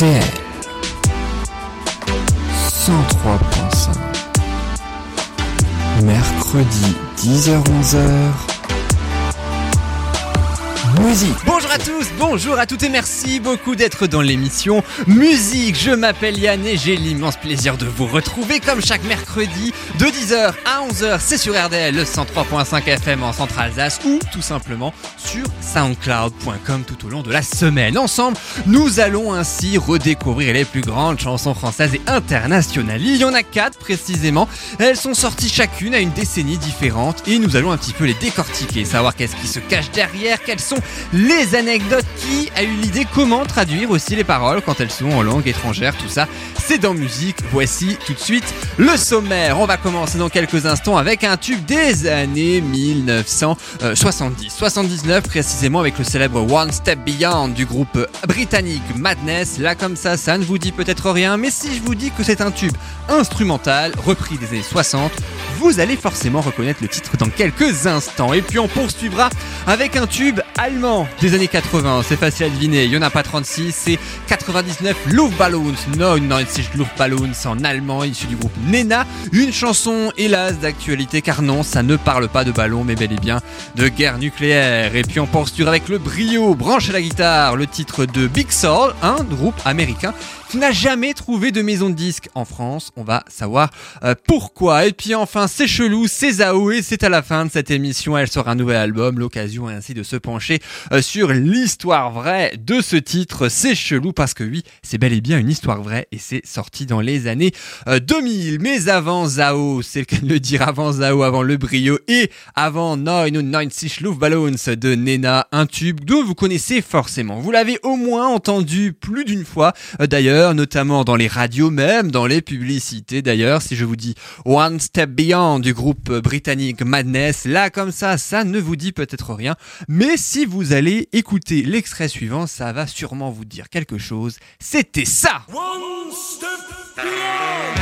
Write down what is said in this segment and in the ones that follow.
RDL 103.5. Mercredi 10h-11h. Musique. Bonjour à tous, bonjour à toutes et merci beaucoup d'être dans l'émission Musique. Je m'appelle Yann et j'ai l'immense plaisir de vous retrouver comme chaque mercredi de 10h à 11h. C'est sur RDL, le 103.5 FM en Centre-Alsace ou tout simplement sur soundcloud.com tout au long de la semaine. Ensemble, nous allons ainsi redécouvrir les plus grandes chansons françaises et internationales. Il y en a 4 précisément. Elles sont sorties chacune à une décennie différente et nous allons un petit peu les décortiquer, savoir qu'est-ce qui se cache derrière, quelles sont les anecdotes, qui a eu l'idée, comment traduire aussi les paroles quand elles sont en langue étrangère, tout ça c'est dans Musique. Voici tout de suite le sommaire. On va commencer dans quelques instants avec un tube des années 1979 précisément, avec le célèbre One Step Beyond du groupe britannique Madness. Là comme ça ne vous dit peut-être rien, mais si je vous dis que c'est un tube instrumental repris des années 60, vous allez forcément reconnaître le titre dans quelques instants. Et puis on poursuivra avec un tube allemand des années 80, c'est facile à deviner, il n'y en a pas 36, c'est 99, Luftballons, 99 Luftballons en allemand, issu du groupe Nena, une chanson hélas d'actualité car non, ça ne parle pas de ballon mais bel et bien de guerre nucléaire. Et puis on poursuivra avec le brio, branche à la guitare, le titre de Big Soul, un groupe américain qui n'a jamais trouvé de maison de disque en France, on va savoir pourquoi. Et puis enfin, c'est chelou, c'est Zao et c'est à la fin de cette émission, elle sort un nouvel album, l'occasion ainsi de se pencher sur l'histoire vraie de ce titre. C'est chelou parce que oui, c'est bel et bien une histoire vraie et c'est sorti dans les années 2000. Mais avant Zao, c'est le cas de le dire, avant Zao, avant le brio et avant 99 Luftballons de Nena, un tube dont vous connaissez forcément. Vous l'avez au moins entendu plus d'une fois d'ailleurs, notamment dans les radios, même dans les publicités d'ailleurs. Si je vous dis One Step Beyond du groupe britannique Madness, là comme ça ne vous dit peut-être rien, mais si vous allez écouter l'extrait suivant, ça va sûrement vous dire quelque chose. C'était ça. One Step Beyond.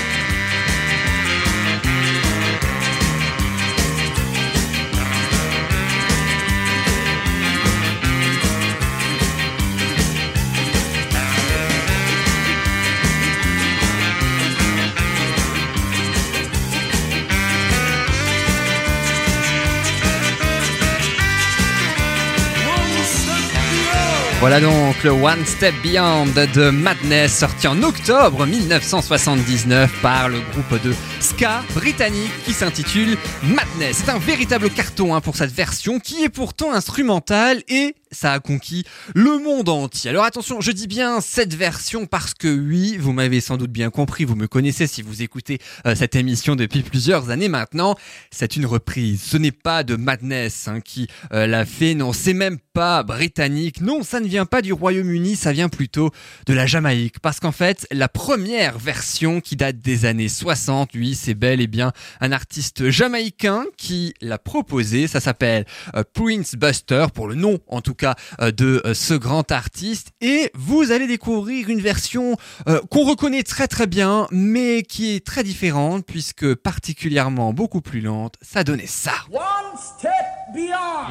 Voilà donc le One Step Beyond de Madness, sorti en octobre 1979 par le groupe de ska britannique qui s'intitule Madness. C'est un véritable carton pour cette version qui est pourtant instrumentale et ça a conquis le monde entier. Alors attention, je dis bien cette version parce que oui, vous m'avez sans doute bien compris, vous me connaissez si vous écoutez cette émission depuis plusieurs années maintenant, c'est une reprise. Ce n'est pas de Madness qui l'a fait, non, c'est même pas britannique, non, ça ne vient pas du Royaume-Uni, ça vient plutôt de la Jamaïque. Parce qu'en fait, la première version qui date des années 60, oui, c'est bel et bien un artiste jamaïcain qui l'a proposé, ça s'appelle Prince Buster, pour le nom en tout cas de ce grand artiste, et vous allez découvrir une version qu'on reconnaît très très bien, mais qui est très différente puisque particulièrement beaucoup plus lente. Ça donnait ça. One step beyond.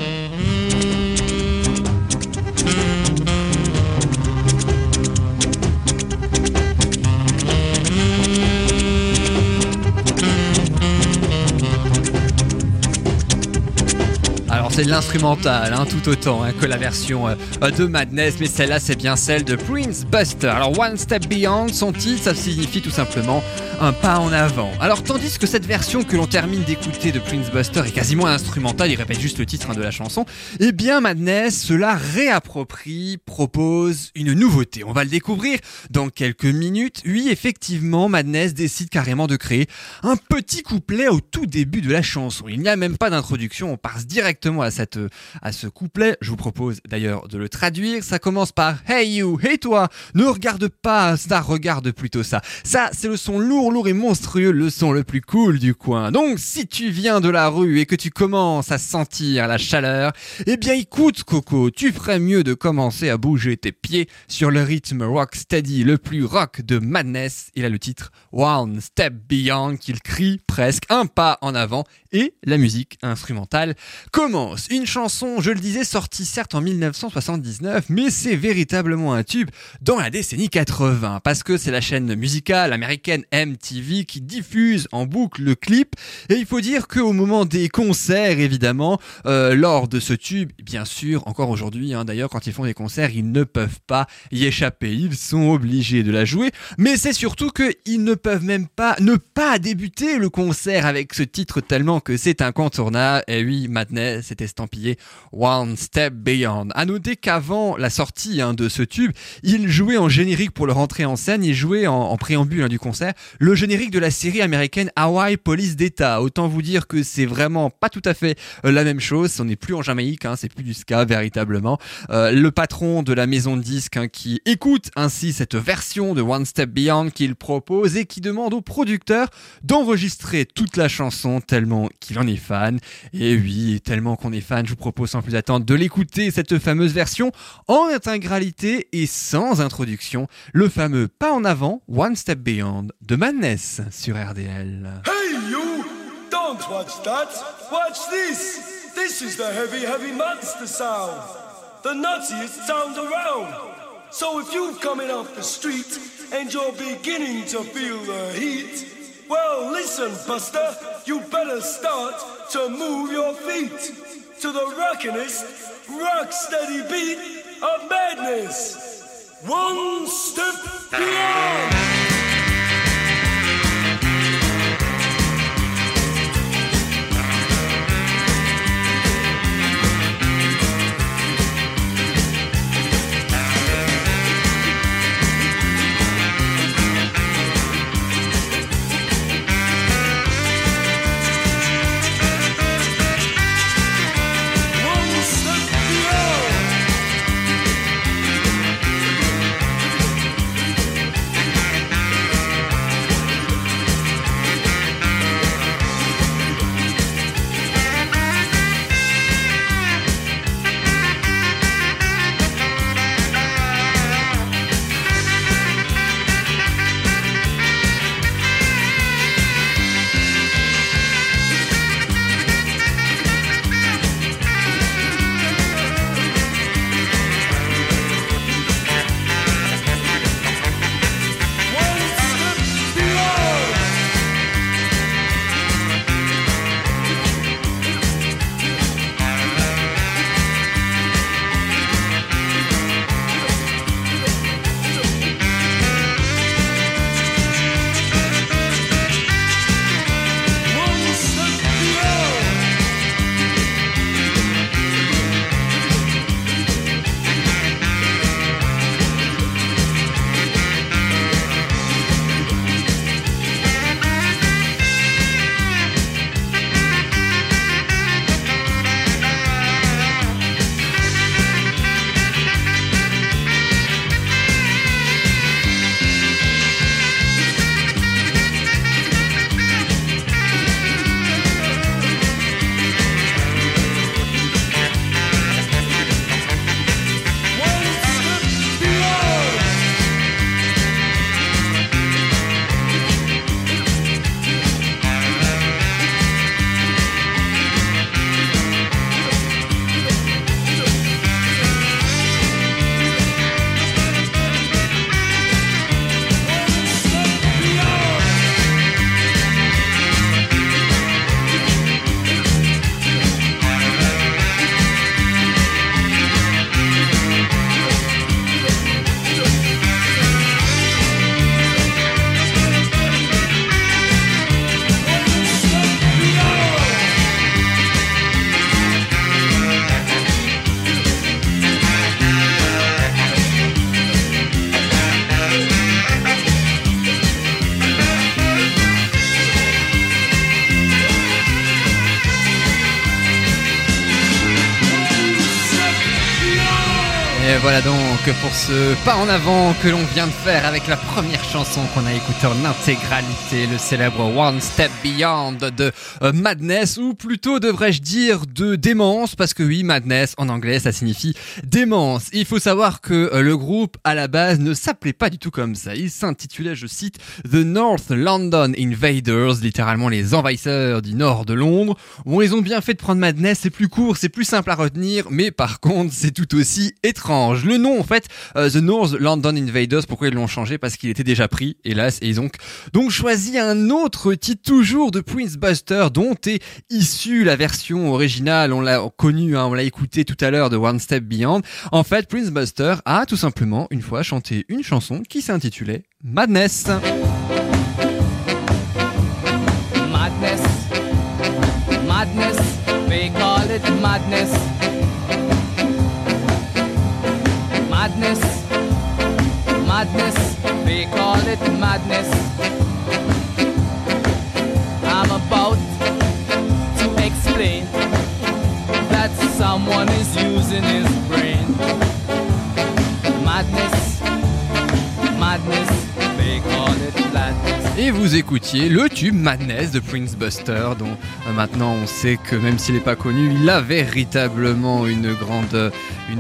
Alors c'est de l'instrumental, tout autant que la version de Madness, mais celle-là c'est bien celle de Prince Buster. Alors One Step Beyond, son titre, ça signifie tout simplement un pas en avant. Alors tandis que cette version que l'on termine d'écouter de Prince Buster est quasiment instrumentale, il répète juste le titre de la chanson, eh bien Madness se la réapproprie, propose une nouveauté. On va le découvrir dans quelques minutes. Oui, effectivement, Madness décide carrément de créer un petit couplet au tout début de la chanson. Il n'y a même pas d'introduction, on passe directement à ce couplet. Je vous propose d'ailleurs de le traduire. Ça commence par Hey you, hey toi, ne regarde pas ça, regarde plutôt ça. Ça, c'est le son lourd et monstrueux, le son le plus cool du coin. Donc, si tu viens de la rue et que tu commences à sentir la chaleur, eh bien écoute Coco, tu ferais mieux de commencer à bouger tes pieds sur le rythme rocksteady, le plus rock de Madness. Il a le titre One Step Beyond qu'il crie presque un pas en avant et la musique instrumentale commence. Force, une chanson, je le disais, sortie certes en 1979, mais c'est véritablement un tube dans la décennie 80, parce que c'est la chaîne musicale américaine MTV qui diffuse en boucle le clip, et il faut dire qu'au moment des concerts, évidemment, lors de ce tube, bien sûr, encore aujourd'hui, d'ailleurs, quand ils font des concerts, ils ne peuvent pas y échapper, ils sont obligés de la jouer, mais c'est surtout qu'ils ne peuvent même pas ne pas débuter le concert avec ce titre tellement que c'est incontournable. Et oui, Madness est estampillé One Step Beyond. À noter qu'avant la sortie de ce tube, il jouait en générique pour leur entrée en scène, il jouait en préambule du concert le générique de la série américaine Hawaii Police d'État. Autant vous dire que c'est vraiment pas tout à fait la même chose, on n'est plus en Jamaïque, c'est plus du ska véritablement. Le patron de la maison de disques qui écoute ainsi cette version de One Step Beyond qu'il propose et qui demande au producteur d'enregistrer toute la chanson tellement qu'il en est fan. Et oui, tellement qu'on est fan, je vous propose sans plus attendre de l'écouter, cette fameuse version en intégralité et sans introduction, le fameux pas en avant One Step Beyond de Madness sur RDL. Hey you! Don't watch that! Watch this! This is the heavy, heavy monster sound! The nuttiest sound around! So if you're coming off the street and you're beginning to feel the heat, well listen Buster, you better start to move your feet to the rockinest, rock steady beat of madness. One step beyond! voilà donc pour ce pas en avant que l'on vient de faire avec la première chanson qu'on a écoutée en intégralité, le célèbre One Step Beyond de Madness, ou plutôt devrais-je dire de démence, parce que oui, Madness en anglais ça signifie démence. Il faut savoir que le groupe à la base ne s'appelait pas du tout comme ça, il s'intitulait, je cite, The North London Invaders, littéralement les envahisseurs du nord de Londres. Bon, ils ont bien fait de prendre Madness, c'est plus court, c'est plus simple à retenir, mais par contre c'est tout aussi étrange. Le nom en fait, The North London Invaders, pourquoi ils l'ont changé? Parce qu'il était déjà pris, hélas, et ils ont donc choisi un autre titre, toujours de Prince Buster, dont est issue la version originale, on l'a connu, on l'a écouté tout à l'heure, de One Step Beyond. En fait, Prince Buster a tout simplement une fois chanté une chanson qui s'intitulait Madness. Madness, madness, they call it madness. Madness, madness, they call it madness. I'm about to explain that someone is using his brain. Madness, madness, they call it madness. Et vous écoutiez le tube Madness de Prince Buster, dont maintenant on sait que même s'il n'est pas connu, il a véritablement une grande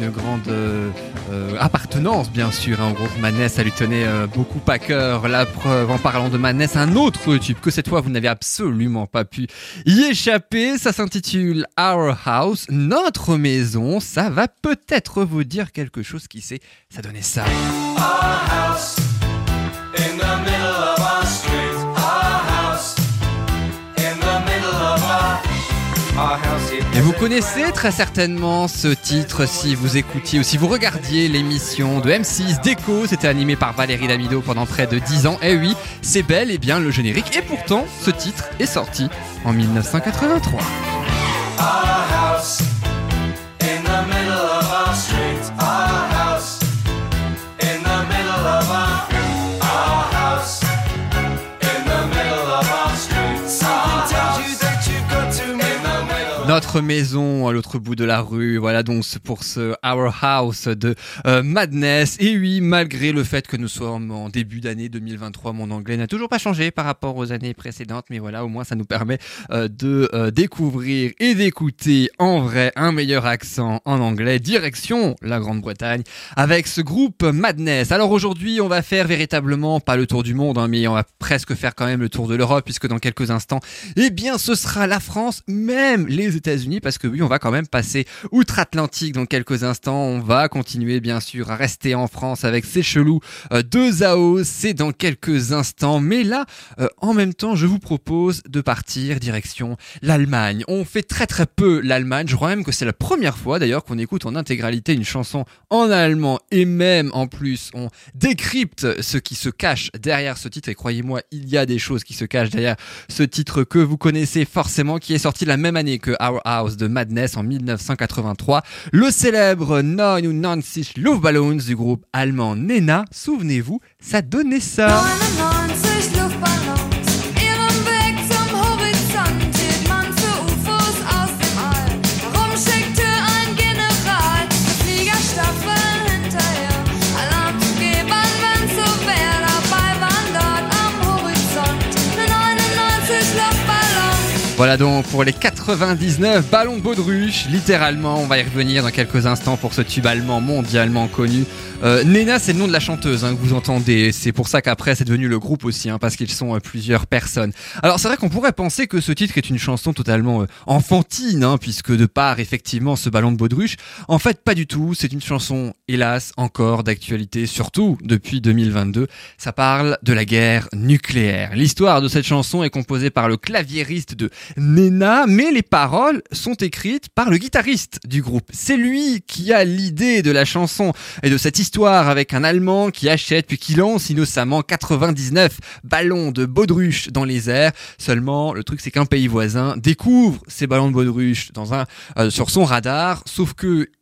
appartenance bien sûr au groupe Madness. Ça lui tenait beaucoup à cœur. La preuve, en parlant de Madness, un autre tube que cette fois vous n'avez absolument pas pu y échapper. Ça s'intitule Our House, notre maison. Ça va peut-être vous dire quelque chose, qui sait. Ça donnait ça. Our house in the middle of our street. Our house in the middle of our house. Et vous connaissez très certainement ce titre si vous écoutiez ou si vous regardiez l'émission de M6 Déco. C'était animé par Valérie Damido pendant près de 10 ans. Et oui, c'est bel et bien le générique. Et pourtant, ce titre est sorti en 1983. Our house in the middle of our street. Our house in the middle of our house in the middle of our street. Something tells you that you've got to make the middle. Notre maison à l'autre bout de la rue, voilà donc pour ce Our House de Madness. Et oui, malgré le fait que nous sommes en début d'année 2023, mon anglais n'a toujours pas changé par rapport aux années précédentes, mais voilà, au moins ça nous permet de découvrir et d'écouter en vrai un meilleur accent en anglais, direction la Grande-Bretagne, avec ce groupe Madness. Alors aujourd'hui, on va faire véritablement, pas le tour du monde, mais on va presque faire quand même le tour de l'Europe, puisque dans quelques instants, eh bien ce sera la France, même les États-Unis, parce que oui, on va quand même passer outre-Atlantique dans quelques instants. On va continuer bien sûr à rester en France avec ces chelous de Zao, c'est dans quelques instants. Mais là, en même temps, je vous propose de partir direction l'Allemagne. On fait très très peu l'Allemagne, je crois même que c'est la première fois d'ailleurs qu'on écoute en intégralité une chanson en allemand, et même en plus on décrypte ce qui se cache derrière ce titre. Et croyez-moi, il y a des choses qui se cachent derrière ce titre que vous connaissez forcément, qui est sorti la même année que Our House de Madness en 1983. Le célèbre 99 Luftballons du groupe allemand Nena. Souvenez-vous, ça donnait ça. 99 Luftballons, ihrem Weg zum Horizont hielt man für UFOs aus dem All. Warum schickte ein General Fliegerstaffeln hinterher? Alarm zu geben, wenn's so wär. Dabei waren dort am Horizont 99 Luftballons. Voilà donc pour les 99 ballons de baudruche, littéralement. On va y revenir dans quelques instants pour ce tube allemand mondialement connu. Nena, c'est le nom de la chanteuse que vous entendez. C'est pour ça qu'après c'est devenu le groupe aussi, parce qu'ils sont plusieurs personnes. Alors c'est vrai qu'on pourrait penser que ce titre est une chanson totalement enfantine, puisque de part effectivement ce ballon de baudruche, en fait pas du tout. C'est une chanson, hélas, encore d'actualité, surtout depuis 2022. Ça parle de la guerre nucléaire. L'histoire de cette chanson est composée par le claviériste de Nena, mais les paroles sont écrites par le guitariste du groupe. C'est lui qui a l'idée de la chanson et de cette histoire avec un Allemand qui achète puis qui lance innocemment 99 ballons de baudruche dans les airs. Seulement, le truc c'est qu'un pays voisin découvre ces ballons de baudruche sur son radar, sauf que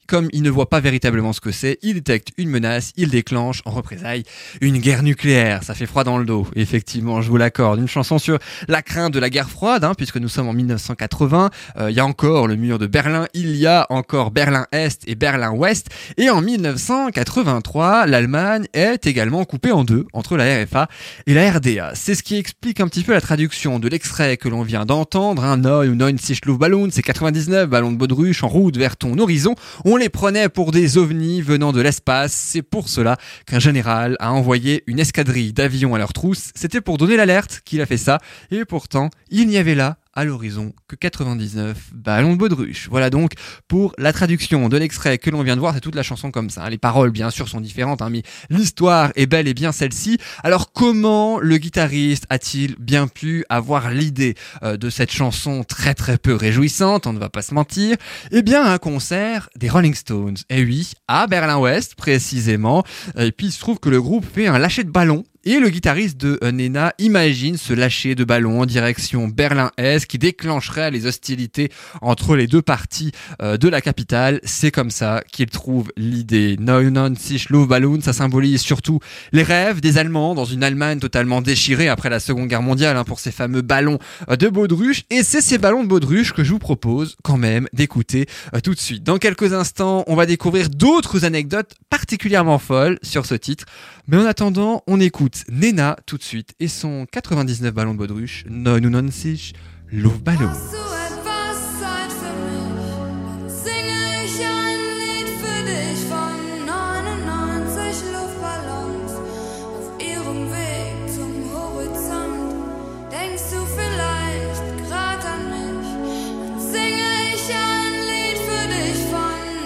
comme il ne voit pas véritablement ce que c'est, il détecte une menace, il déclenche en représailles une guerre nucléaire. Ça fait froid dans le dos, effectivement, je vous l'accorde. Une chanson sur la crainte de la guerre froide, puisque nous sommes en 1980. Il y a encore le mur de Berlin, il y a encore Berlin-Est et Berlin-Ouest. Et en 1983, l'Allemagne est également coupée en deux entre la RFA et la RDA. C'est ce qui explique un petit peu la traduction de l'extrait que l'on vient d'entendre. 99 Luftballons, c'est 99 ballons de baudruche en route vers ton horizon. On les prenait pour des ovnis venant de l'espace. C'est pour cela qu'un général a envoyé une escadrille d'avions à leur trousse. C'était pour donner l'alerte qu'il a fait ça. Et pourtant, il n'y avait là, à l'horizon, que 99 ballons de baudruche. Voilà donc pour la traduction de l'extrait que l'on vient de voir. C'est toute la chanson comme ça. Les paroles, bien sûr, sont différentes, mais l'histoire est bel et bien celle-ci. Alors, comment le guitariste a-t-il bien pu avoir l'idée de cette chanson très très peu réjouissante, on ne va pas se mentir? Eh bien, un concert des Rolling Stones. Et oui, à Berlin-Ouest, précisément. Et puis, il se trouve que le groupe fait un lâcher de ballon. Et le guitariste de Nena imagine ce lâcher de ballon en direction Berlin-Est qui déclencherait les hostilités entre les deux parties de la capitale. C'est comme ça qu'il trouve l'idée. 99 Luftballons, ça symbolise surtout les rêves des Allemands dans une Allemagne totalement déchirée après la Seconde Guerre mondiale pour ces fameux ballons de baudruche. Et c'est ces ballons de baudruche que je vous propose quand même d'écouter tout de suite. Dans quelques instants, on va découvrir d'autres anecdotes particulièrement folles sur ce titre. Mais en attendant, on écoute Nena tout de suite et son 99 ballons de baudruche, 99 Luftballons. Hast du etwas Zeit für mich? Singe ich ein Lied für dich von 99 Luftballons auf ihrem Weg zum Horizont. Denkst du vielleicht grad an mich? Dann singe ich ein Lied für dich von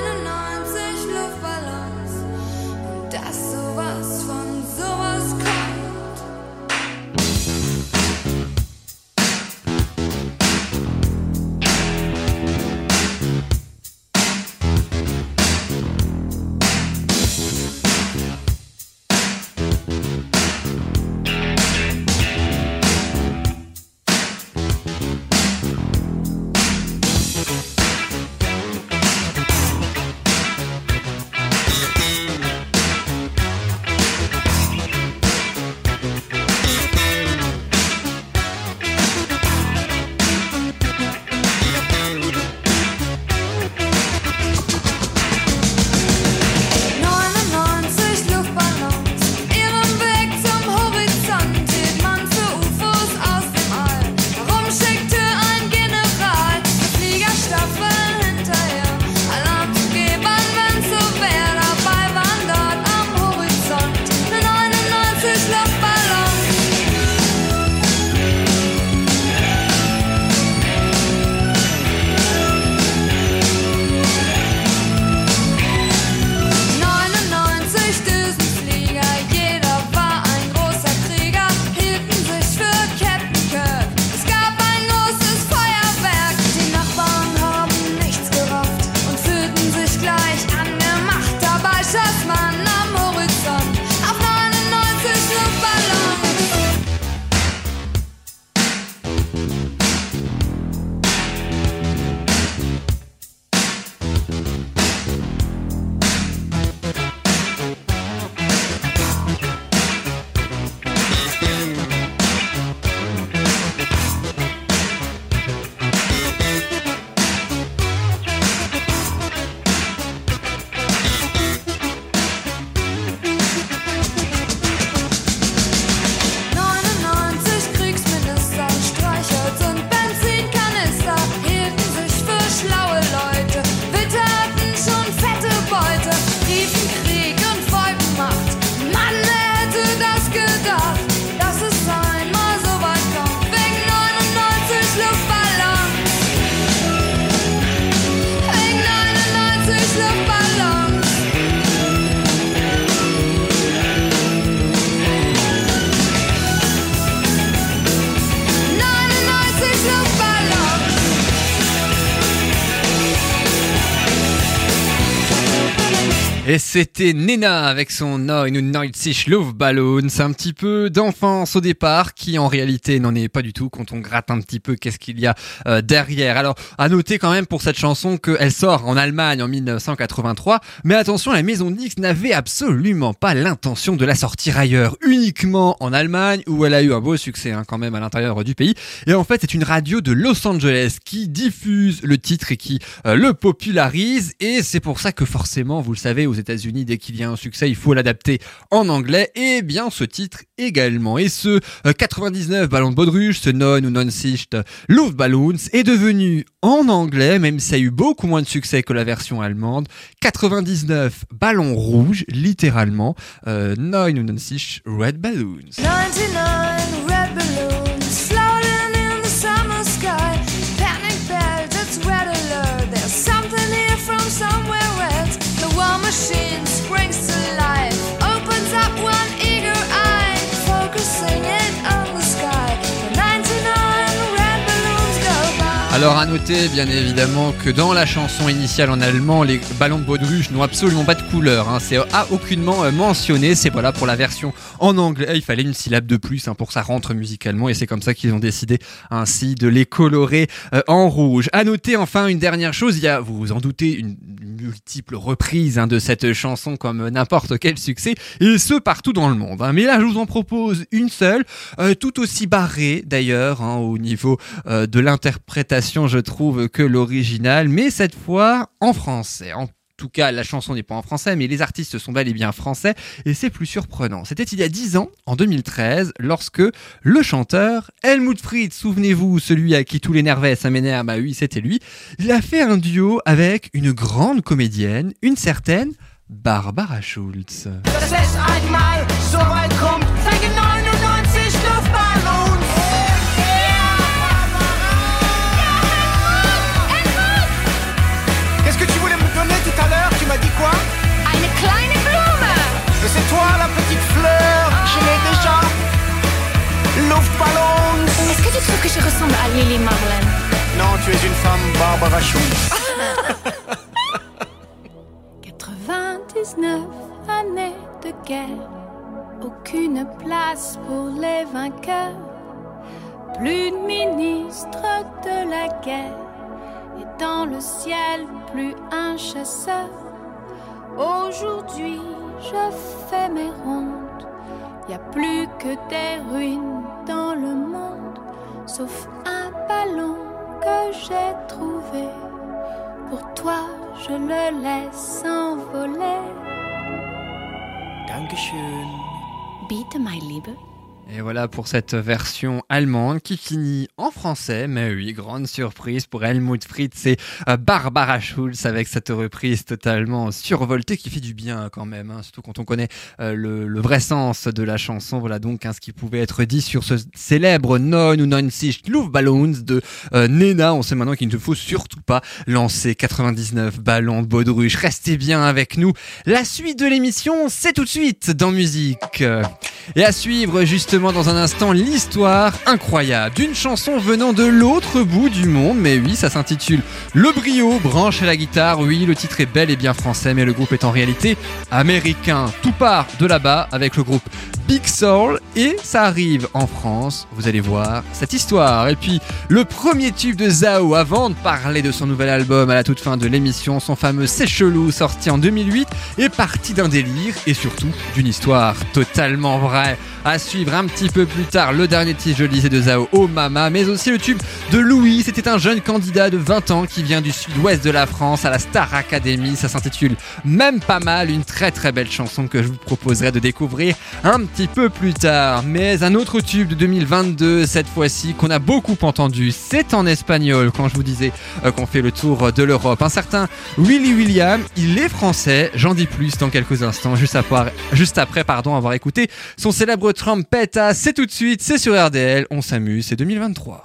99 Luftballons und dass sowas von sowas kommt. Et c'était Nena avec son 99 Luftballon. C'est un petit peu d'enfance au départ qui en réalité n'en est pas du tout quand on gratte un petit peu qu'est-ce qu'il y a derrière. Alors à noter quand même pour cette chanson qu'elle sort en Allemagne en 1983, mais attention, la maison X n'avait absolument pas l'intention de la sortir ailleurs, uniquement en Allemagne où elle a eu un beau succès quand même à l'intérieur du pays. Et en fait c'est une radio de Los Angeles qui diffuse le titre et qui le popularise, et c'est pour ça que forcément, vous le savez, aux États-Unis, dès qu'il y a un succès, il faut l'adapter en anglais, et bien ce titre également. Et ce 99 Ballon de Baudruche, ce 99 Luftballons est devenu en anglais, même si ça a eu beaucoup moins de succès que la version allemande, 99 ballons rouges, littéralement, 99 Red Balloons. 99 red balloons floating in the summer sky. Panic bells, it's red alert. There's something here from somewhere else. The war machine springs to life, opens up one eager eye, focusing it on the sky. The 99 red balloons go by. Alors à noter bien évidemment que dans la chanson initiale en allemand, les ballons de baudruche n'ont absolument pas de couleur, c'est aucunement mentionné. C'est voilà, pour la version en anglais, il fallait une syllabe de plus pour que ça rentre musicalement, et c'est comme ça qu'ils ont décidé ainsi de les colorer en rouge. À noter enfin une dernière chose, il y a, vous vous en doutez, une multiple reprise de cette chanson comme n'importe quel succès, et ce partout dans le monde. Mais là je vous en propose une seule, tout aussi barrée d'ailleurs au niveau de l'interprétation, je trouve, que l'original, mais cette fois en français. En tout cas, la chanson n'est pas en français, mais les artistes sont bel et bien français, et c'est plus surprenant. C'était il y a 10 ans, en 2013, lorsque le chanteur Helmut Fritz, souvenez-vous, celui à qui tous les nervais ça m'énerve, bah oui, c'était lui, il a fait un duo avec une grande comédienne, une certaine Barbara Schulz. Dass es einmal so weit kommt, zeigen 99 Luftballons. Qu'est-ce que tu voulais me donner tout à l'heure? Tu m'as dit quoi? Eine kleine Blume. C'est toi la petite fleur, je l'ai déjà. Luftballons. Est-ce que tu trouves que je ressemble à Lily Marlène? Non, tu es une femme Barbara Schulz. 99 années de guerre, aucune place pour les vainqueurs, plus de ministre de la guerre, et dans le ciel plus un chasseur. Aujourd'hui je fais mes rondes, y a plus que des ruines dans le monde, sauf un ballon que j'ai trouvé. Pour toi, je le laisse s'envoler. Dankeschön. Bitte, my Liebe. Et voilà pour cette version allemande qui finit en français. Mais oui, grande surprise pour Helmut Fritz et Barbara Schulz avec cette reprise totalement survoltée qui fait du bien quand même, surtout quand on connaît le vrai sens de la chanson. Voilà donc ce qui pouvait être dit sur ce célèbre 99 Luftballons de Nena. On sait maintenant qu'il ne faut surtout pas lancer 99 ballons de baudruche. Restez bien avec nous. La suite de l'émission, c'est tout de suite dans Musique. Et à suivre justement dans un instant l'histoire incroyable d'une chanson venant de l'autre bout du monde. Mais oui, ça s'intitule Le Brio, branche à la guitare. Oui, le titre est bel et bien français, mais le groupe est en réalité américain. Tout part de là-bas avec le groupe Big Soul et ça arrive en France. Vous allez voir cette histoire. Et puis le premier tube de Zao avant de parler de son nouvel album à la toute fin de l'émission, son fameux C'est Chelou sorti en 2008, est parti d'un délire et surtout d'une histoire totalement vraie. À suivre un petit peu plus tard le dernier titre, je le disais, de Zao, Oh Mama, mais aussi le tube de Louis. C'était un jeune candidat de 20 ans qui vient du sud-ouest de la France à la Star Academy. Ça s'intitule Même pas mal, une très très belle chanson que je vous proposerai de découvrir un petit peu plus tard. Mais un autre tube de 2022 cette fois-ci qu'on a beaucoup entendu, c'est en espagnol quand je vous disais qu'on fait le tour de l'Europe. Un certain Willy William, il est français, j'en dis plus dans quelques instants, juste après avoir écouté son célèbre Trompeta. C'est tout de suite, c'est sur RDL, on s'amuse, c'est 2023.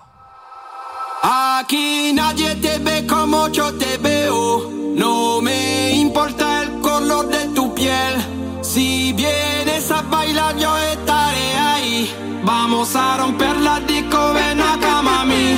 Aquí nadie te ve como yo te veo. No me importa el color de tu piel. Si vienes a bailar yo estaré ahí. Vamos a romper la disco, ven acá mami.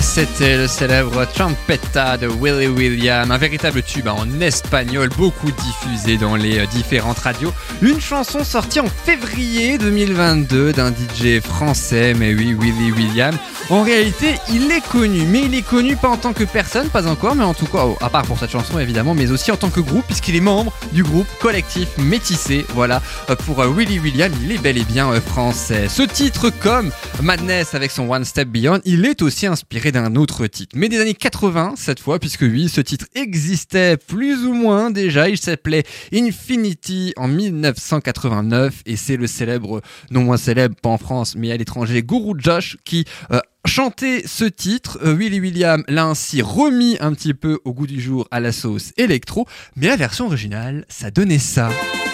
C'était le célèbre Trompetta de Willie William, un véritable tube en espagnol, beaucoup diffusé dans les différentes radios. Une chanson sortie en février 2022 d'un DJ français, mais oui, Willie William. En réalité, il est connu, mais il est connu pas en tant que personne, pas encore, mais en tout cas, à part pour cette chanson évidemment, mais aussi en tant que groupe, puisqu'il est membre du groupe Collectif Métissé. Voilà, pour Willie William, il est bel et bien français. Ce titre, comme Madness avec son One Step Beyond, il est aussi inspiré d'un autre titre, mais des années 80 cette fois, puisque oui, ce titre existait plus ou moins déjà. Il s'appelait Infinity en 1989 et c'est le célèbre, non moins célèbre, pas en France, mais à l'étranger, Guru Josh qui chantait ce titre. Willie William l'a ainsi remis un petit peu au goût du jour à la sauce électro, mais la version originale, ça donnait ça.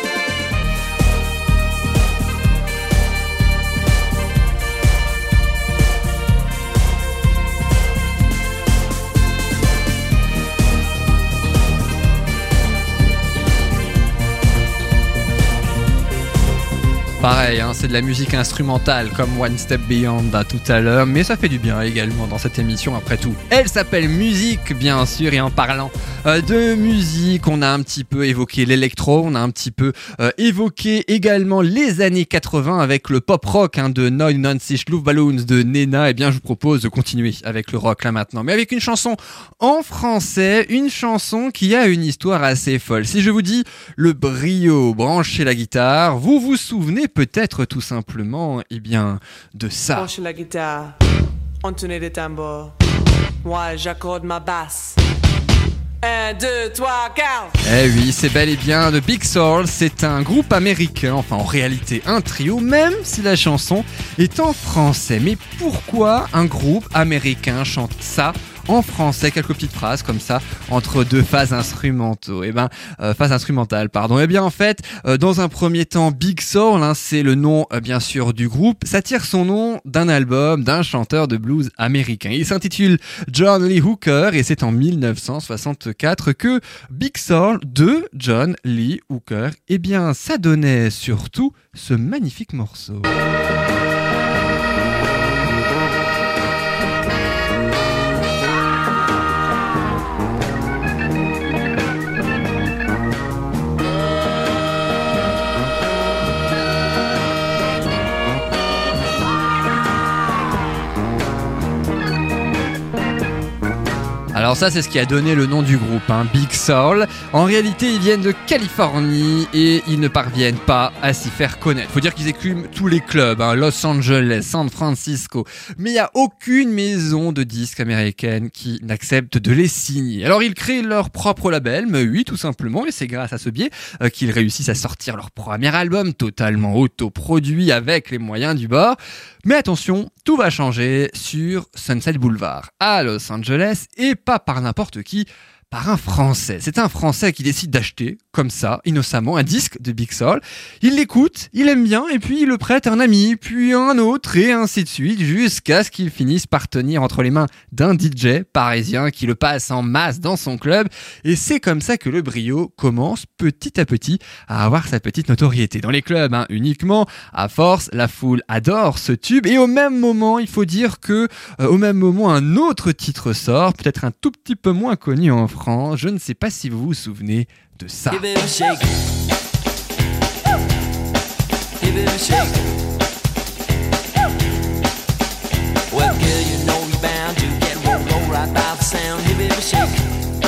Pareil, c'est de la musique instrumentale comme One Step Beyond tout à l'heure, mais ça fait du bien également dans cette émission après tout. Elle s'appelle Musique bien sûr, et en parlant de musique, on a un petit peu évoqué l'électro, on a un petit peu évoqué également les années 80 avec le pop rock de 99 Luftballons de Nena. Et bien je vous propose de continuer avec le rock là maintenant, mais avec une chanson en français, une chanson qui a une histoire assez folle. Si je vous dis le brio, branchez la guitare, vous vous souvenez peut-être tout simplement, de ça. Branchez la guitare, entonnez les tambours, moi j'accorde ma basse. 1, 2, 3, 4. Eh oui, c'est bel et bien de Big Soul, c'est un groupe américain, enfin en réalité un trio, même si la chanson est en français. Mais pourquoi un groupe américain chante ça en français, quelques petites phrases comme ça entre deux phases instrumentales. Eh bien en fait, dans un premier temps, Big Soul, c'est le nom bien sûr du groupe. Ça tire son nom d'un album d'un chanteur de blues américain. Il s'intitule John Lee Hooker et c'est en 1964 que Big Soul de John Lee Hooker, ça donnait surtout ce magnifique morceau. Alors ça, c'est ce qui a donné le nom du groupe, Big Soul. En réalité, ils viennent de Californie et ils ne parviennent pas à s'y faire connaître. Faut dire qu'ils écument tous les clubs, Los Angeles, San Francisco. Mais il n'y a aucune maison de disques américaine qui n'accepte de les signer. Alors ils créent leur propre label, mais oui, tout simplement. Et c'est grâce à ce biais qu'ils réussissent à sortir leur premier album totalement autoproduit avec les moyens du bord. Mais attention, tout va changer sur Sunset Boulevard à Los Angeles et pas par n'importe qui, par un Français. C'est un Français qui décide d'acheter, comme ça, innocemment, un disque de Big Soul. Il l'écoute, il aime bien, et puis il le prête à un ami, puis à un autre, et ainsi de suite, jusqu'à ce qu'il finisse par tenir entre les mains d'un DJ parisien qui le passe en masse dans son club. Et c'est comme ça que le brio commence petit à petit à avoir sa petite notoriété. Dans les clubs, uniquement, à force, la foule adore ce tube, et au même moment, il faut dire que, au même moment, un autre titre sort, peut-être un tout petit peu moins connu en France. Je ne sais pas si vous vous souvenez de ça. Give it a shake. Give it a shake. Well, girl, you know you're bound to get rolled right by the sound. Give it a shake.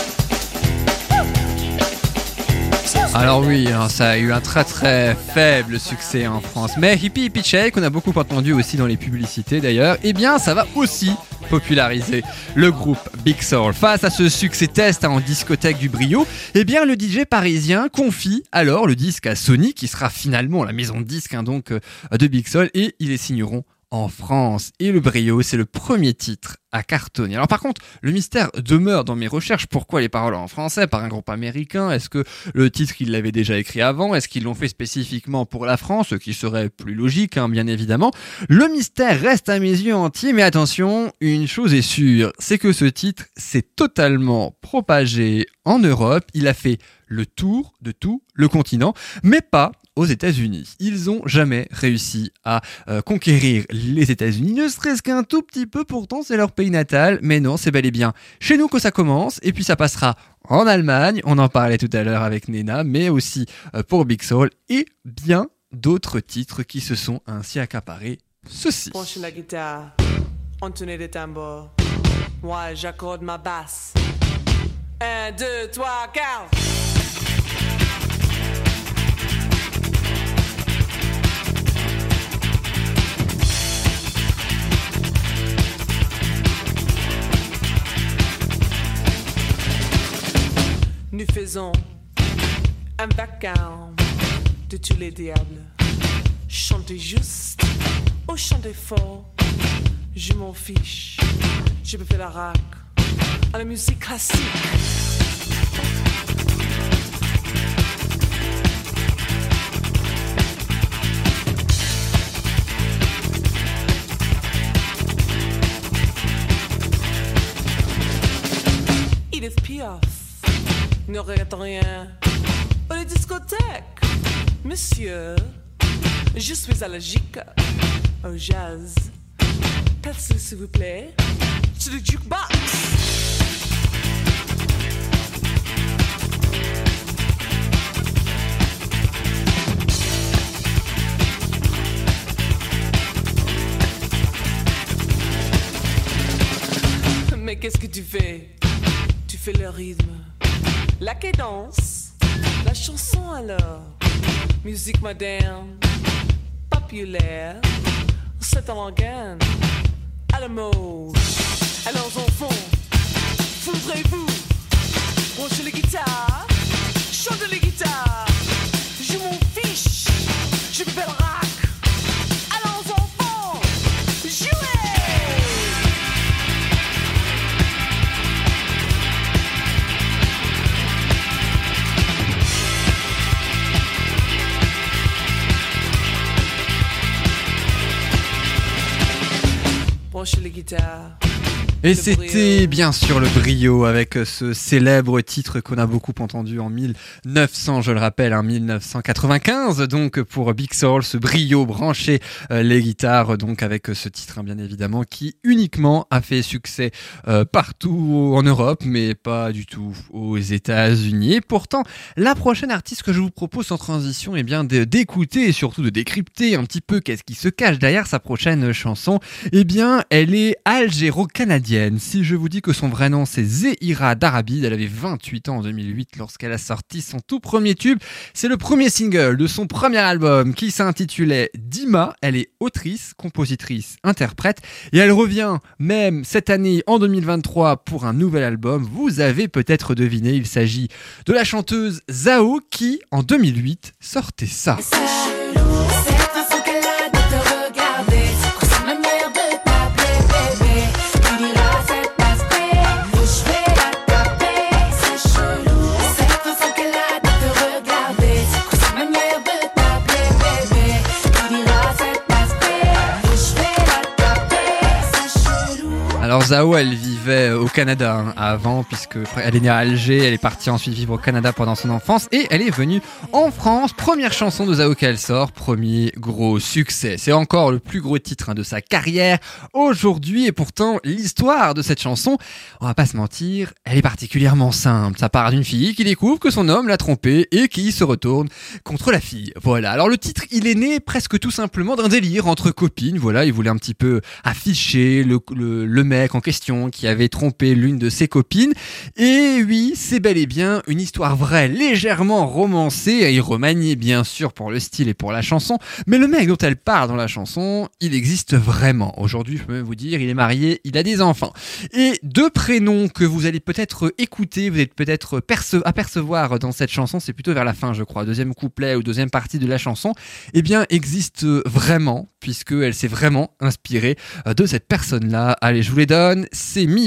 Alors oui, ça a eu un très très faible succès en France. Mais Hippie Hippie Shake, qu'on a beaucoup entendu aussi dans les publicités d'ailleurs, ça va aussi populariser le groupe Big Soul. Face à ce succès test en discothèque du brio, le DJ parisien confie alors le disque à Sony, qui sera finalement la maison de disques de Big Soul, et ils les signeront en France. Et le brio, c'est le premier titre à cartonner. Alors par contre, le mystère demeure dans mes recherches. Pourquoi les paroles en français par un groupe américain? Est-ce que le titre, ils l'avaient déjà écrit avant? Est-ce qu'ils l'ont fait spécifiquement pour la France? Ce qui serait plus logique, bien évidemment. Le mystère reste à mes yeux entier, mais attention, une chose est sûre, c'est que ce titre s'est totalement propagé en Europe. Il a fait le tour de tout le continent, mais pas aux États-Unis. Ils ont jamais réussi à conquérir les États-Unis, ne serait-ce qu'un tout petit peu, pourtant c'est leur pays natal, mais non, c'est bel et bien chez nous que ça commence, et puis ça passera en Allemagne, on en parlait tout à l'heure avec Nena, mais aussi pour Big Soul, et bien d'autres titres qui se sont ainsi accaparés ceci. Branchez la guitare, entonez les tambours, moi j'accorde ma basse. 1, 2, 3, 4. Nous faisons un vacarme de tous les diables. Chantez juste ou chantez fort, je m'en fiche. Je peux faire la rac à la musique classique. Edith Piaf ne regrette rien. Oh, les discothèques, monsieur, je suis allergique au jazz. Passez s'il vous plaît sur le jukebox. Mais qu'est-ce que tu fais? Tu fais le rythme, la cadence, la chanson alors. Musique moderne, populaire, c'est un organe à la mode. Alors enfants, voudrez-vous branchez les guitares, chantez les guitares. Je m'en fiche, je fais le rock. Alors enfants, jouez. Branchez les guitares. Et c'était bien sûr le brio avec ce célèbre titre qu'on a beaucoup entendu en 1900, je le rappelle, 1995, donc pour Big Soul, ce brio branché les guitares, donc avec ce titre bien évidemment qui uniquement a fait succès partout en Europe, mais pas du tout aux États-Unis. Et pourtant, la prochaine artiste que je vous propose sans transition, eh bien d'écouter et surtout de décrypter un petit peu qu'est-ce qui se cache derrière sa prochaine chanson, eh bien elle est algéro-canadienne. Si je vous dis que son vrai nom c'est Zehira Darabid, elle avait 28 ans en 2008 lorsqu'elle a sorti son tout premier tube. C'est le premier single de son premier album qui s'intitulait Dima. Elle est autrice, compositrice, interprète et elle revient même cette année en 2023 pour un nouvel album. Vous avez peut-être deviné, il s'agit de la chanteuse Zao qui en 2008 sortait ça. Alors Zao, elle vivait au Canada avant, puisque elle est née à Alger, elle est partie ensuite vivre au Canada pendant son enfance et elle est venue en France. Première chanson de Zao qu'elle sort, premier gros succès. C'est encore le plus gros titre de sa carrière aujourd'hui et pourtant l'histoire de cette chanson, on va pas se mentir, elle est particulièrement simple. Ça part d'une fille qui découvre que son homme l'a trompée et qui se retourne contre la fille. Voilà. Alors le titre, il est né presque tout simplement d'un délire entre copines. Voilà, il voulait un petit peu afficher le mec en question qui avait trompé l'une de ses copines. Et oui, c'est bel et bien une histoire vraie, légèrement romancée et remaniée bien sûr pour le style et pour la chanson. Mais le mec dont elle parle dans la chanson, il existe vraiment. Aujourd'hui, je peux même vous dire, il est marié, il a des enfants. Et deux prénoms que vous allez peut-être écouter, vous allez peut-être apercevoir dans cette chanson, c'est plutôt vers la fin, je crois, deuxième couplet ou deuxième partie de la chanson, eh bien, existent vraiment, puisqu'elle s'est vraiment inspirée de cette personne-là. Allez, je vous les donne, c'est Mia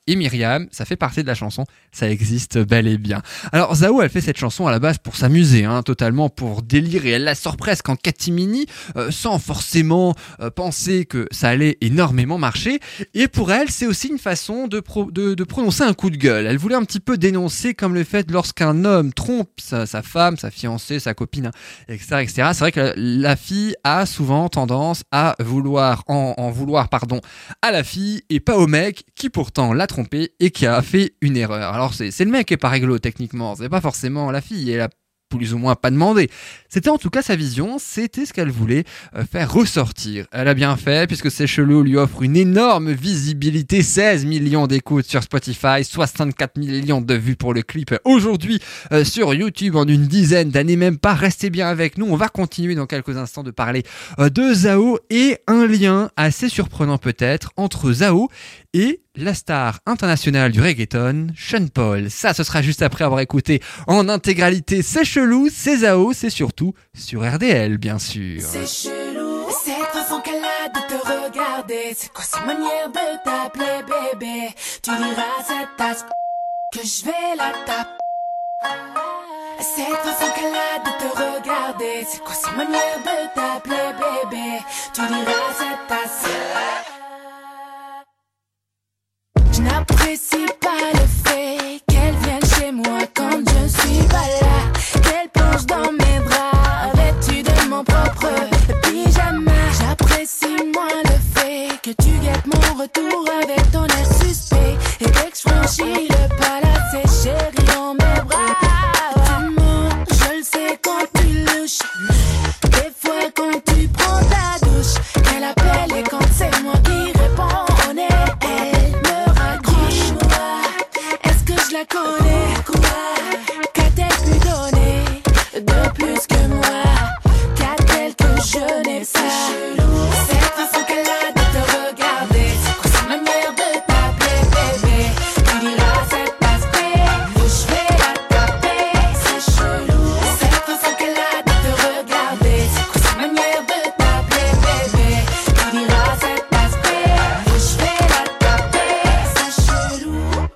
et Myriam, ça fait partie de la chanson, ça existe bel et bien. Alors Zao, elle fait cette chanson à la base pour s'amuser, totalement pour délire, et elle la sort presque en catimini, sans forcément penser que ça allait énormément marcher. Et pour elle, c'est aussi une façon de prononcer un coup de gueule. Elle voulait un petit peu dénoncer comme le fait lorsqu'un homme trompe sa femme, sa fiancée, sa copine, etc., etc. C'est vrai que la fille a souvent tendance à vouloir en vouloir à la fille et pas au mec qui pourtant l'a trompé et qui a fait une erreur. Alors c'est le mec qui est pas réglo techniquement, c'est pas forcément la fille, elle a plus ou moins pas demandé. C'était en tout cas sa vision, c'était ce qu'elle voulait faire ressortir. Elle a bien fait puisque C'est Chelou lui offre une énorme visibilité, 16 millions d'écoutes sur Spotify, 64 millions de vues pour le clip aujourd'hui sur YouTube en une dizaine d'années même pas. Restez bien avec nous, on va continuer dans quelques instants de parler de Zao et un lien assez surprenant peut-être entre Zao et la star internationale du reggaeton, Sean Paul. Ça, ce sera juste après avoir écouté en intégralité C'est Chelou, c'est Zao, c'est surtout sur RDL, bien sûr. C'est chelou, cette façon qu'elle a de te regarder. C'est quoi cette manière de t'appeler bébé? Tu diras cette tasse que je vais la taper. Cette façon qu'elle a de te regarder. C'est quoi cette manière de t'appeler bébé? Tu diras cette tasse. Je n'apprécie pas le fait qu'elle vienne chez moi quand je suis pas là, qu'elle plonge dans mes bras, vêtue de mon propre pyjama. J'apprécie moins le fait que tu guettes mon retour avec ton air suspect. Et dès que je franchis le pas là, c'est chéri dans mes bras. Tu mens, je le sais quand tu louches. Des fois quand tu prends ta douche, elle appelle et quand c'est moi qui réponds, on est elle. Je la connais, quoi? Qu'a-t-elle pu donner de plus que moi? Qu'a-t-elle que je n'ai pas? Cette façon qu'elle a de te regarder, c'est quoi sa manière de t'appeler bébé? Tu diras cet aspect que je vais la taper, c'est chelou. Cette façon qu'elle a de te regarder, c'est quoi sa manière de t'appeler bébé? Tu diras cet aspect que je vais la taper, c'est chelou.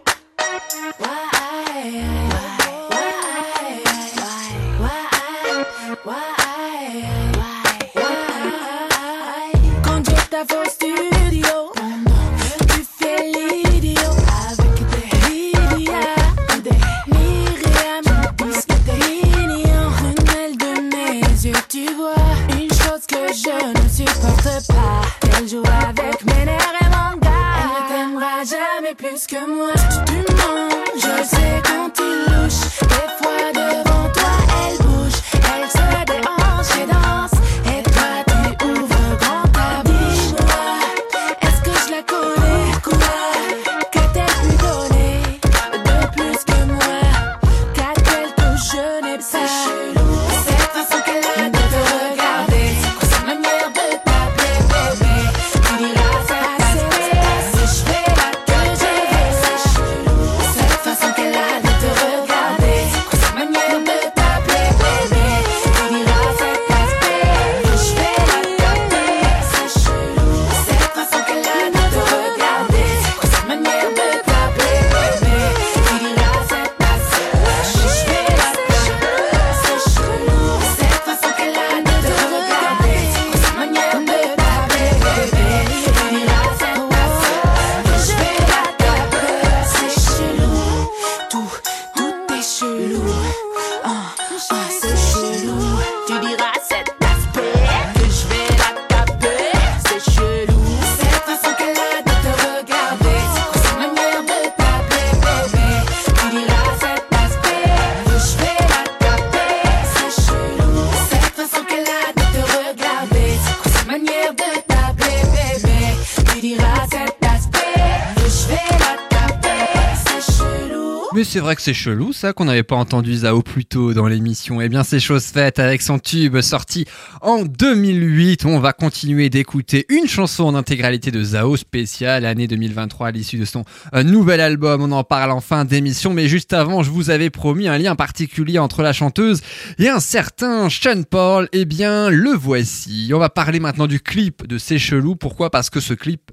Quand je t'avoue au studio, tu fais l'idiot avec des Lydia ou des Myriam, puisque t'es mignon. Prunelle de mes yeux, tu vois une chose que je ne supporte pas, qu'elle joue avec mes nerfs et mon gars. Elle ne t'aimera jamais plus que moi. Tu mens, je sais quand tu louches. Des fois devant toi elle bouge, elle se déhanche et danse. Et toi tu ouvres grand ta bouche. Est-ce que je la connais? Quoi? Qu'a-t-elle pu donner de plus que moi? Qu'a-t-elle que je n'ai pas? Cette façon qu'elle a de te regarder, c'est quoi sa manière de t'appeler bébé? Tu diras ça, c'est je fais la que je vais, c'est chelou. Cette façon qu'elle a de te regarder, c'est quoi sa manière de t'appeler bébé? Tu diras cet aspect que je vais la taper, c'est chelou. Cette façon qu'elle a de te regarder, c'est quoi sa manière de t'appeler bébé? Tu diras cet aspect que je vais la taper, c'est chelou. Cette façon qu'elle a de te regarder, c'est quoi sa manière de t'appeler bébé? Tu diras cet aspect que je vais la taper, c'est chelou. Tout est chelou. C'est chelou. Tu diras cet aspect que je vais la taper, c'est chelou. Cette façon qu'elle a de te regarder, c'est quoi sa manière de t'appeler bébé? Tu diras cet aspect que je vais la taper, c'est chelou. Cette façon qu'elle a de te regarder, c'est quoi sa manière de t'appeler bébé? Tu diras cet aspect que je vais la taper, c'est chelou. Mais c'est vrai que c'est chelou ça, qu'on n'avait pas entendu Zao plus tôt dans l'émission. Eh bien c'est chose faite avec son tube sorti en 2008. On va continuer d'écouter une chanson en intégralité de Zao, spéciale année 2023 à l'issue de son nouvel album. On en parle en fin d'émission, mais juste avant je vous avais promis un lien particulier entre la chanteuse et un certain Sean Paul. Eh bien le voici. On va parler maintenant du clip de C'est Chelou. Pourquoi? Parce que ce clip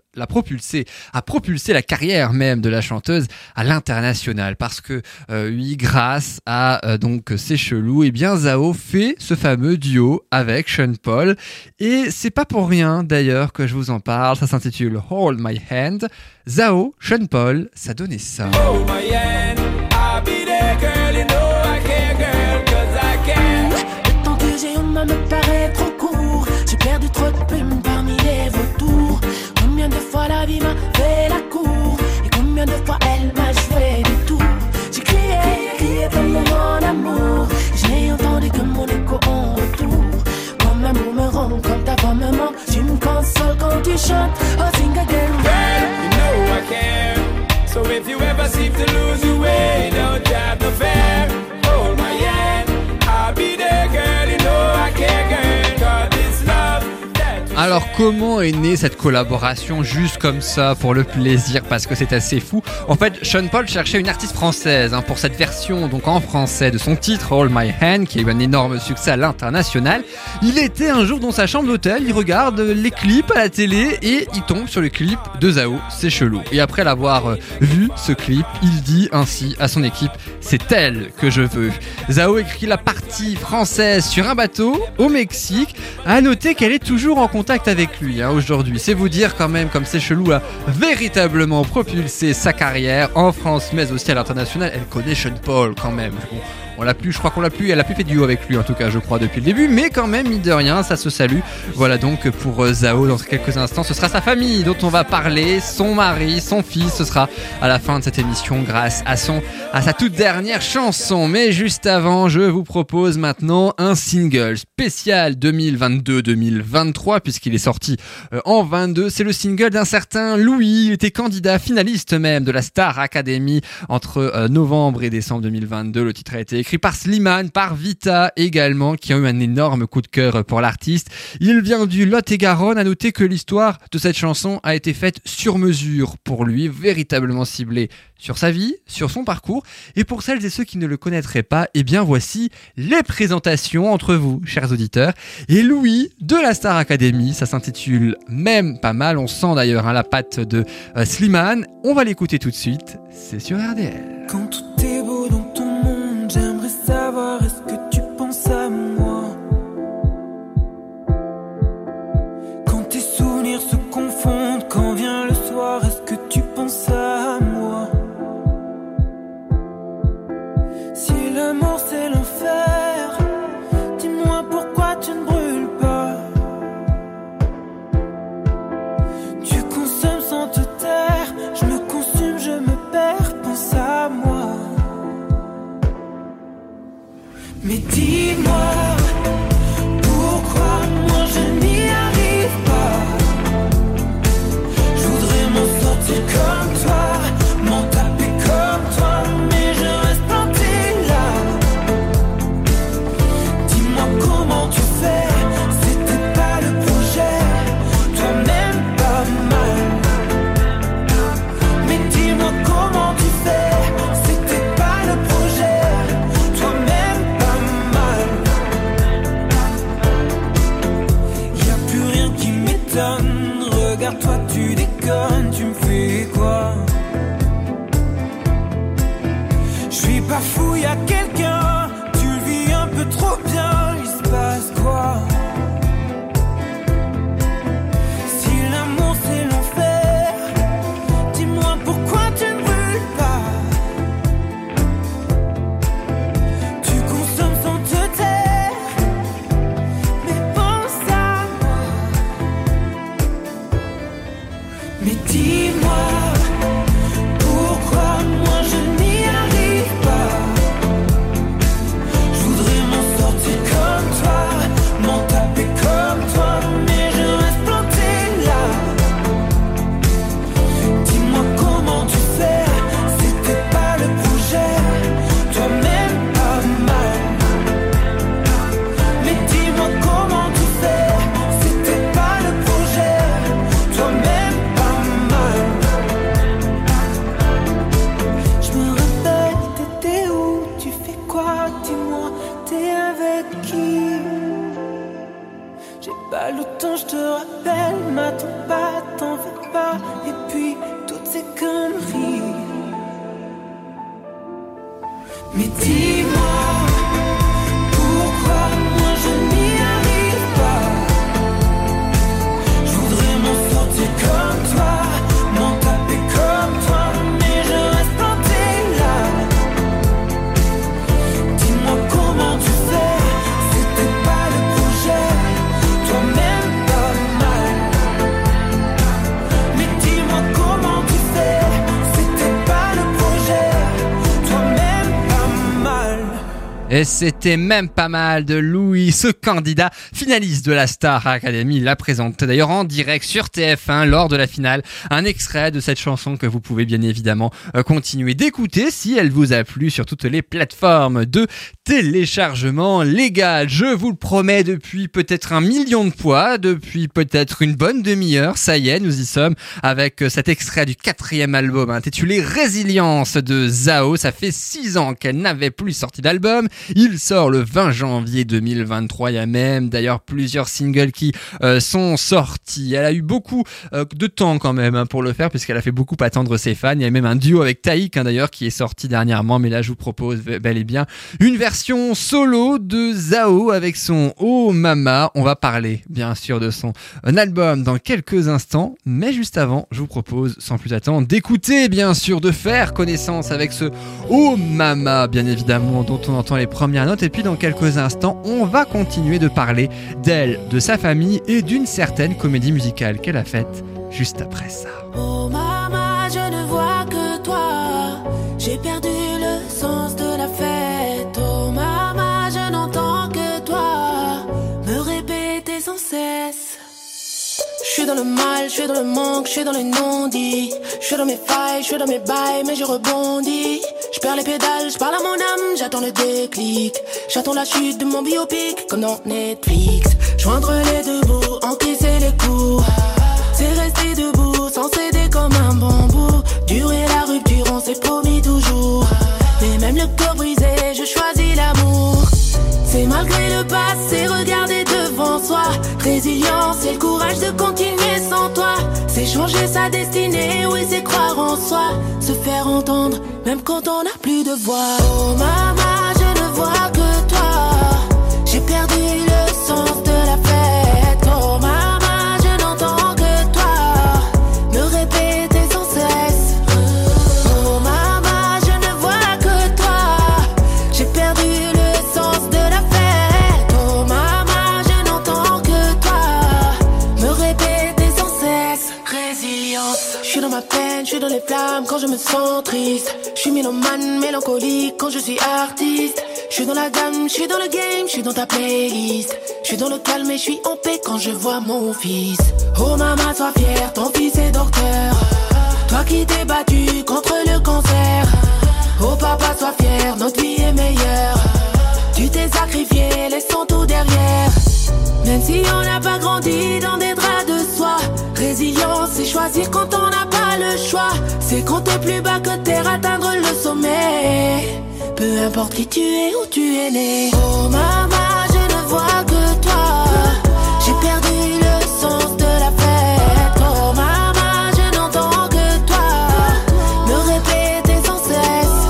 a propulsé la carrière même de la chanteuse à l'international parce que oui, grâce à donc C'est Chelou, et bien Zao fait ce fameux duo avec Sean Paul, et c'est pas pour rien d'ailleurs que je vous en parle. Ça s'intitule Hold My Hand. Zao, Sean Paul, ça donnait ça. Hold my hand, I'll be there, girl, you know I care, girl, 'cause I care. Le temps que j'ai en main me paraît trop court. J'ai perdu trop de plumes parmi les vautours. Combien de fois la vie m'a fait la cour, et combien de fois elle m'a joué des tours. J'ai crié pour mon amour. J'ai entendu que mon écho en retour. Comme un boomerang, comme ta voix me manque. Tu me consoles quand tu chantes. Oh, sing again. Girl, you know I care. So if you ever seem to lose your way, don't have no fear. Hold my hand, I'll be there, girl, you know I care, girl, 'cause it's love that we Alors comment est née cette collaboration juste comme ça pour le plaisir, parce que c'est assez fou. En fait, Sean Paul cherchait une artiste française pour cette version donc en français de son titre Hold My Hand, qui a eu un énorme succès à l'international. Il était un jour dans sa chambre d'hôtel, il regarde les clips à la télé et il tombe sur le clip de Zao, C'est Chelou. Et après l'avoir vu ce clip, il dit ainsi à son équipe: c'est elle que je veux. Zao écrit la partie française sur un bateau au Mexique. À noter qu'elle est toujours en contact avec lui aujourd'hui. C'est vous dire quand même comme C'est Chelou a véritablement propulsé sa carrière en France mais aussi à l'international. Elle connaît Sean Paul quand même. On l'a plus, je crois qu'on l'a plus, elle a plus fait duo avec lui en tout cas, je crois, depuis le début, mais quand même, mine de rien, ça se salue. Voilà donc pour Zao, dans quelques instants, ce sera sa famille dont on va parler, son mari, son fils, ce sera à la fin de cette émission grâce à sa toute dernière chanson. Mais juste avant, je vous propose maintenant un single spécial 2022-2023, puisqu'il est sorti en 22. C'est le single d'un certain Louis, il était candidat finaliste même de la Star Academy entre novembre et décembre 2022. Le titre a été écrit par Slimane, par Vita également, qui ont eu un énorme coup de cœur pour l'artiste. Il vient du Lot-et-Garonne. À noter que l'histoire de cette chanson a été faite sur mesure pour lui, véritablement ciblée sur sa vie, sur son parcours. Et pour celles et ceux qui ne le connaîtraient pas, eh bien voici les présentations entre vous, chers auditeurs. Et Louis de la Star Academy, ça s'intitule Même pas mal. On sent d'ailleurs la patte de Slimane. On va l'écouter tout de suite. C'est sur RDL. Quand tout est beau dans ton monde, j'aimerais savoir est-ce que tu penses à moi. Quand tes souvenirs se confondent, quand vient le soir, est-ce que tu penses à moi. Si l'amour c'est l'enfer, dis-moi pourquoi tu ne brûles pas. Tu consommes sans te taire, je me consume, je me perds, pense à moi. Mais dis-moi, pourquoi moi je n'y arrive pas. Je voudrais m'en sortir comme toi, m'en taper comme toi, mais je reste planté là. Dis-moi comment tu fais, c'était pas le projet, toi-même pas mal. Mais dis-moi comment tu fais, c'était pas le projet, toi-même pas mal. Y'a plus rien qui m'étonne, regarde-toi tu déconnes, tu me fais quoi. Je suis pas fou, y'a quelqu'un, tu le vis un peu trop bien, il se passe quoi. Si l'amour c'est l'enfer, dis-moi pourquoi tu ne brûles pas. Tu consommes sans te taire, mais pense à moi. Mais dis-moi, pourquoi moi je n'y arrive pas. Je voudrais m'en sortir comme toi, m'en taper comme toi, mais je reste planté là. Dis-moi comment tu fais, c'était pas le projet, toi-même pas mal. Mais dis-moi comment tu fais, c'était pas le projet, toi-même pas mal. Je me rappelle, t'étais où, tu fais quoi, dis-moi, t'es avec qui. J'ai pas le temps, je te rappelle, m'attends pas, t'en veux pas, et puis toutes ces conneries. Mais dis-moi, pourquoi moi je n'y arrive pas? Je voudrais m'en sortir comme toi, m'en taper comme toi, mais je reste planté là. Dis-moi comment tu fais, c'était pas le projet, toi-même pas mal. Mais dis-moi comment tu fais, c'était pas le projet, toi-même pas mal. Et c'était même pas mal de Louis, ce candidat finaliste de la Star Academy. Il la présente d'ailleurs en direct sur TF1 lors de la finale. Un extrait de cette chanson que vous pouvez bien évidemment continuer d'écouter si elle vous a plu sur toutes les plateformes de téléchargement légal. Je vous le promets, depuis peut-être 1 million de fois, depuis peut-être une bonne demi-heure, ça y est, nous y sommes avec cet extrait du 4e album intitulé Résilience de Zao. Ça fait 6 ans qu'elle n'avait plus sorti d'album. Il sort le 20 janvier 2023. Il y a même d'ailleurs plusieurs singles qui sont sortis. Elle a eu beaucoup de temps quand même pour le faire, puisqu'elle a fait beaucoup attendre ses fans. Il y a même un duo avec Taïk d'ailleurs qui est sorti dernièrement, mais là je vous propose bel et bien une version solo de Zao avec son Oh Mama. On va parler bien sûr de son album dans quelques instants, mais juste avant je vous propose sans plus attendre d'écouter, bien sûr, de faire connaissance avec ce Oh Mama, bien évidemment, dont on entend les premières notes. Et puis dans quelques instants on va continuer de parler d'elle, de sa famille et d'une certaine comédie musicale qu'elle a faite juste après ça. Oh maman, je ne vois que toi. J'ai perdu le sens de la fête. Oh maman, je n'entends que toi me répéter sans cesse. Je suis dans le mal, je suis dans le manque, je suis dans les non-dits. Je suis dans mes failles, je suis dans mes bails, mais je rebondis. Je perds les pédales, je parle à mon âme, j'attends le déclic. J'attends la chute de mon biopic, comme dans Netflix. Joindre les deux bouts, encaisser les coups. C'est rester debout, sans céder comme un bambou. Durer la rupture, on s'est promis toujours. Et même le cœur brisé, je choisis l'amour. C'est malgré le passé, regarder devant soi. Résilience, c'est le courage de continuer sans toi. C'est changer sa destinée, oui c'est croire en soi. Se faire entendre, même quand on n'a plus de voix. Oh maman, je ne vois que toi. J'ai perdu le sens de la fête. Oh maman, je n'entends que toi me répéter sans cesse. Oh maman, je ne vois que toi. J'ai perdu le sens de la fête. Oh maman, je n'entends que toi me répéter sans cesse. Résilience. Je suis dans ma peine, je suis dans les flammes quand je me sens triste. Je suis mélomane, mélancolique quand je suis artiste. Je suis dans la gamme, je suis dans le game, je suis dans ta playlist. Je suis dans le calme et je suis en paix quand je vois mon fils. Oh maman, sois fière, ton fils est docteur. Toi qui t'es battu contre le cancer. Oh papa, sois fier, notre vie est meilleure. Tu t'es sacrifié, laissons tout derrière. Même si on n'a pas grandi dans des draps de soie. Résilience, c'est choisir quand on n'a pas le choix. C'est compter plus bas que terre, atteindre le sommet. Peu importe qui tu es, où tu es né. Oh maman, je ne vois que toi. J'ai perdu le sens de la fête. Oh maman, je n'entends que toi me répéter sans cesse.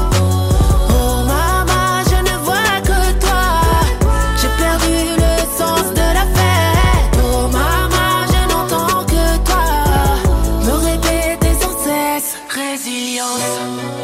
Oh maman, je ne vois que toi. J'ai perdu le sens de la fête. Oh maman, je n'entends que toi me répéter sans cesse. Résilience.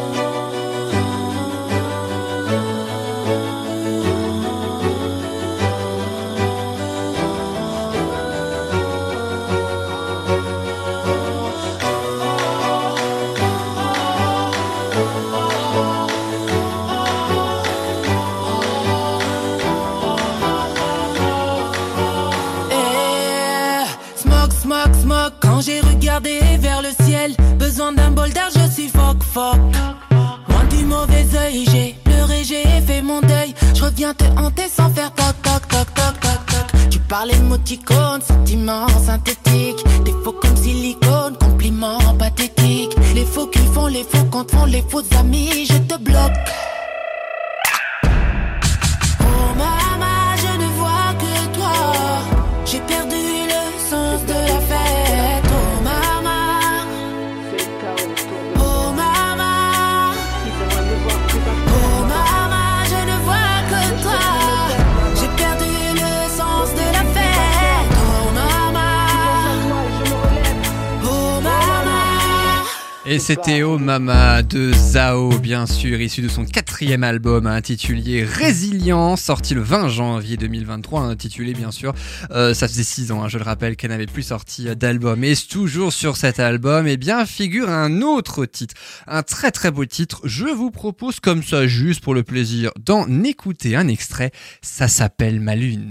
Quand j'ai regardé vers le ciel, besoin d'un bol d'air, je suis fuck. Loin du mauvais œil, j'ai pleuré, j'ai fait mon deuil. Je reviens te hanter sans faire toc toc toc toc toc toc. Tu parles émoticône, sentiments synthétiques. Des faux comme silicone, compliments pathétiques. Les faux qui font les faux quand font les faux amis, je te bloque. Oh maman, je ne vois que toi. J'ai perdu le sens de la fête. Oh maman, Et c'était Oh Mama de Zao, bien sûr, issu de son 4e album intitulé Résilient, sorti le 20 janvier 2023, intitulé bien sûr, ça faisait 6 ans, je le rappelle, qu'elle n'avait plus sorti d'album. Et toujours sur cet album, eh bien, figure un autre titre, un très très beau titre. Je vous propose comme ça, juste pour le plaisir, d'en écouter un extrait. Ça s'appelle Ma Lune.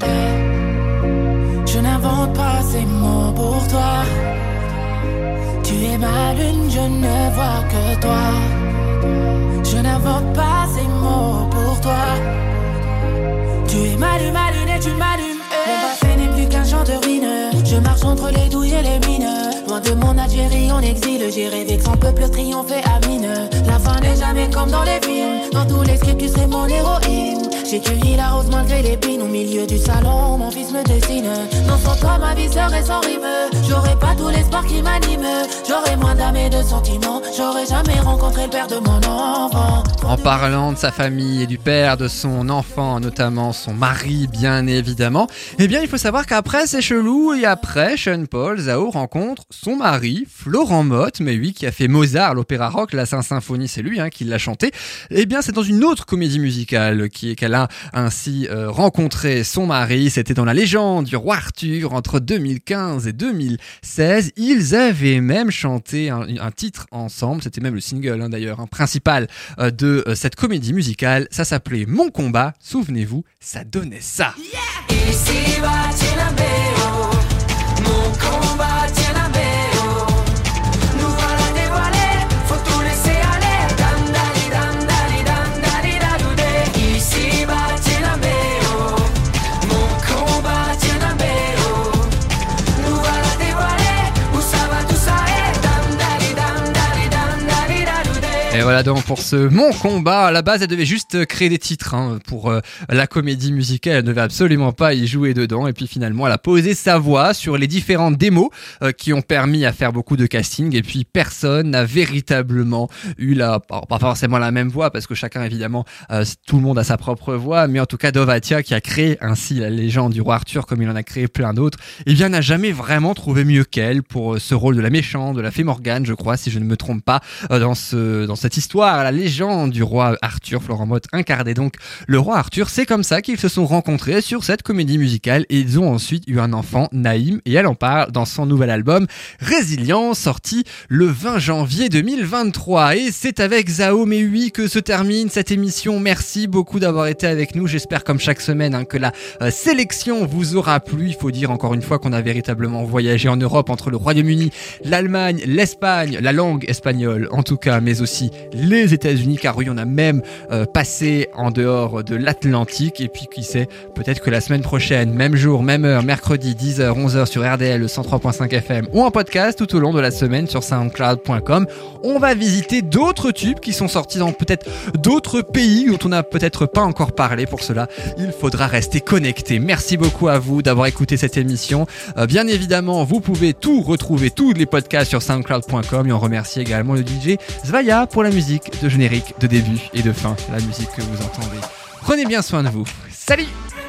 Je n'invente pas ces mots pour toi. Tu es ma lune, je ne vois que toi. Je n'invente pas ces mots pour toi. Tu es ma lune et tu m'allumes. Mon passé n'est plus qu'un champ de ruines. Je marche entre les douilles et les mines. Loin de mon Algérie en exil. J'ai rêvé que son peuple triompher à mine. La fin n'est jamais comme dans les films. Dans tous les scripts tu serais mon héroïne. J'ai cueilli la rose malgré l'épine. Au milieu du salon, mon fils me dessine. Non, sans toi ma vie serait sans rime. J'aurais pas tout l'espoir qui m'anime. J'aurais moins d'âme et de sentiments. J'aurais jamais rencontré le père de mon enfant. En parlant de sa famille et du père de son enfant, notamment son mari bien évidemment, eh bien il faut savoir qu'après c'est chelou et après Sean Paul, Zao rencontre son mari, Florent Mott, mais oui, qui a fait Mozart, l'opéra rock, la Sainte Symphonie, c'est lui qui l'a chanté. Eh bien c'est dans une autre comédie musicale qu'elle a ainsi rencontré son mari, c'était dans La Légende du roi Arthur entre 2015 et 2016. Ils avaient même chanté un titre ensemble, c'était même le single d'ailleurs, principal de cette comédie musicale, ça s'appelait Mon Combat, souvenez-vous, ça donnait ça. Ici va Tchénabéo, mon combat Tchénabéo. Nous voilà dévoilés, faut tout laisser aller. Dam dali dam dali dam dali dadoudé. Ici va Tchénabéo, mon combat Tchénabéo. Nous voilà dévoilés, où ça va tout ça est. Dam dali dam dali dam dali dadoudé. Et voilà donc pour ce Mon Combat, à la base elle devait juste créer des titres pour la comédie musicale, elle ne devait absolument pas y jouer dedans et puis finalement elle a posé sa voix sur les différentes démos qui ont permis à faire beaucoup de casting et puis personne n'a véritablement eu pas forcément la même voix parce que chacun évidemment tout le monde a sa propre voix, mais en tout cas Dovatia qui a créé ainsi La Légende du roi Arthur comme il en a créé plein d'autres, eh bien n'a jamais vraiment trouvé mieux qu'elle pour ce rôle de la méchante, de la fée Morgane je crois si je ne me trompe pas dans cette histoire, La Légende du roi Arthur. Florent Mott incarnait donc le roi Arthur. C'est comme ça qu'ils se sont rencontrés sur cette comédie musicale et ils ont ensuite eu un enfant, Naïm, et elle en parle dans son nouvel album Résilient, sorti le 20 janvier 2023. Et c'est avec Zao, mais oui, que se termine cette émission. Merci beaucoup d'avoir été avec nous. J'espère comme chaque semaine que la sélection vous aura plu. Il faut dire encore une fois qu'on a véritablement voyagé en Europe entre le Royaume-Uni, l'Allemagne, l'Espagne, la langue espagnole en tout cas, mais aussi les États-Unis, car oui, on a même passé en dehors de l'Atlantique. Et puis qui sait, peut-être que la semaine prochaine, même jour, même heure, mercredi 10h, 11h sur RDL 103.5 FM ou en podcast tout au long de la semaine sur soundcloud.com, on va visiter d'autres tubes qui sont sortis dans peut-être d'autres pays dont on n'a peut-être pas encore parlé. Pour cela, il faudra rester connecté. Merci beaucoup à vous d'avoir écouté cette émission. Bien évidemment, vous pouvez tout retrouver, tous les podcasts sur soundcloud.com, et on remercie également le DJ Zvaya pour la musique de générique de début et de fin, la musique que vous entendez. Prenez bien soin de vous. Salut!